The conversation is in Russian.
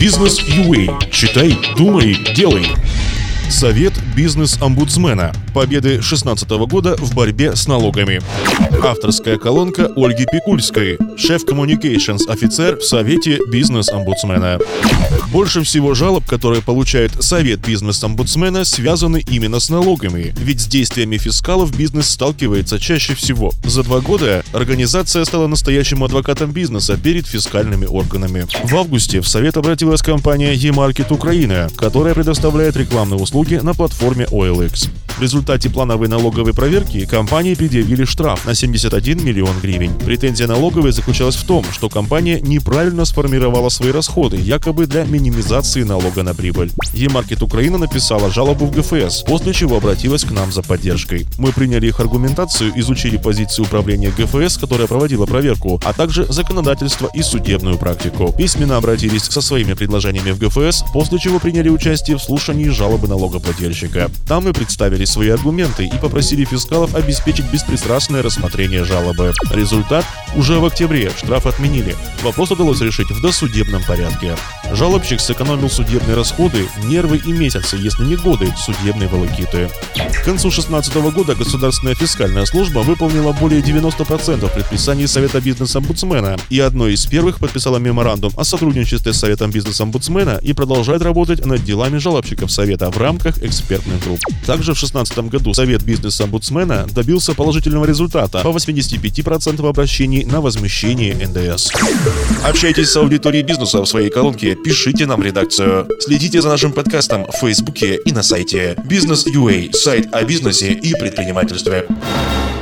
Бизнес UA. Читай, думай, делай. Совет бизнес-омбудсмена. Победы 2016 года в борьбе с налогами. Авторская колонка Ольги Пикульской. Шеф-коммуникейшенс офицер в Совете бизнес-омбудсмена. Больше всего жалоб, которые получает Совет бизнес-омбудсмена, связаны именно с налогами. Ведь с действиями фискалов бизнес сталкивается чаще всего. За 2 года организация стала настоящим адвокатом бизнеса перед фискальными органами. В августе в Совет обратилась компания eMarket Украина, которая предоставляет рекламные услуги на платформе OLX. В результате плановой налоговой проверки компании предъявили штраф на 71 миллион гривен. Претензия налоговой заключалась в том, что компания неправильно сформировала свои расходы, якобы для минимизации налога на прибыль. eMarket Украина написала жалобу в ГФС, после чего обратилась к нам за поддержкой. Мы приняли их аргументацию, изучили позиции управления ГФС, которая проводила проверку, а также законодательство и судебную практику. Письменно обратились со своими предложениями в ГФС, после чего приняли участие в слушании жалобы налогоплательщика. Там мы представили свои аргументы и попросили фискалов обеспечить беспристрастное рассмотрение жалобы. Результат: уже в октябре штраф отменили. Вопрос удалось решить в досудебном порядке. Жалобщик сэкономил судебные расходы, нервы и месяцы, если не годы, судебной волокиты. К концу 2016 года Государственная фискальная служба выполнила более 90% предписаний Совета бизнес-омбудсмена и одной из первых подписала меморандум о сотрудничестве с Советом бизнес-омбудсмена и продолжает работать над делами жалобщиков Совета в рамках экспертных групп. Также в 2016 году Совет бизнес-омбудсмена добился положительного результата по 85% обращений на возмещение НДС. Общайтесь с аудиторией бизнеса в своей колонке, пишите нам в редакцию. Следите за нашим подкастом в Фейсбуке и на сайте Бизнес UA, сайт о бизнесе и предпринимательстве.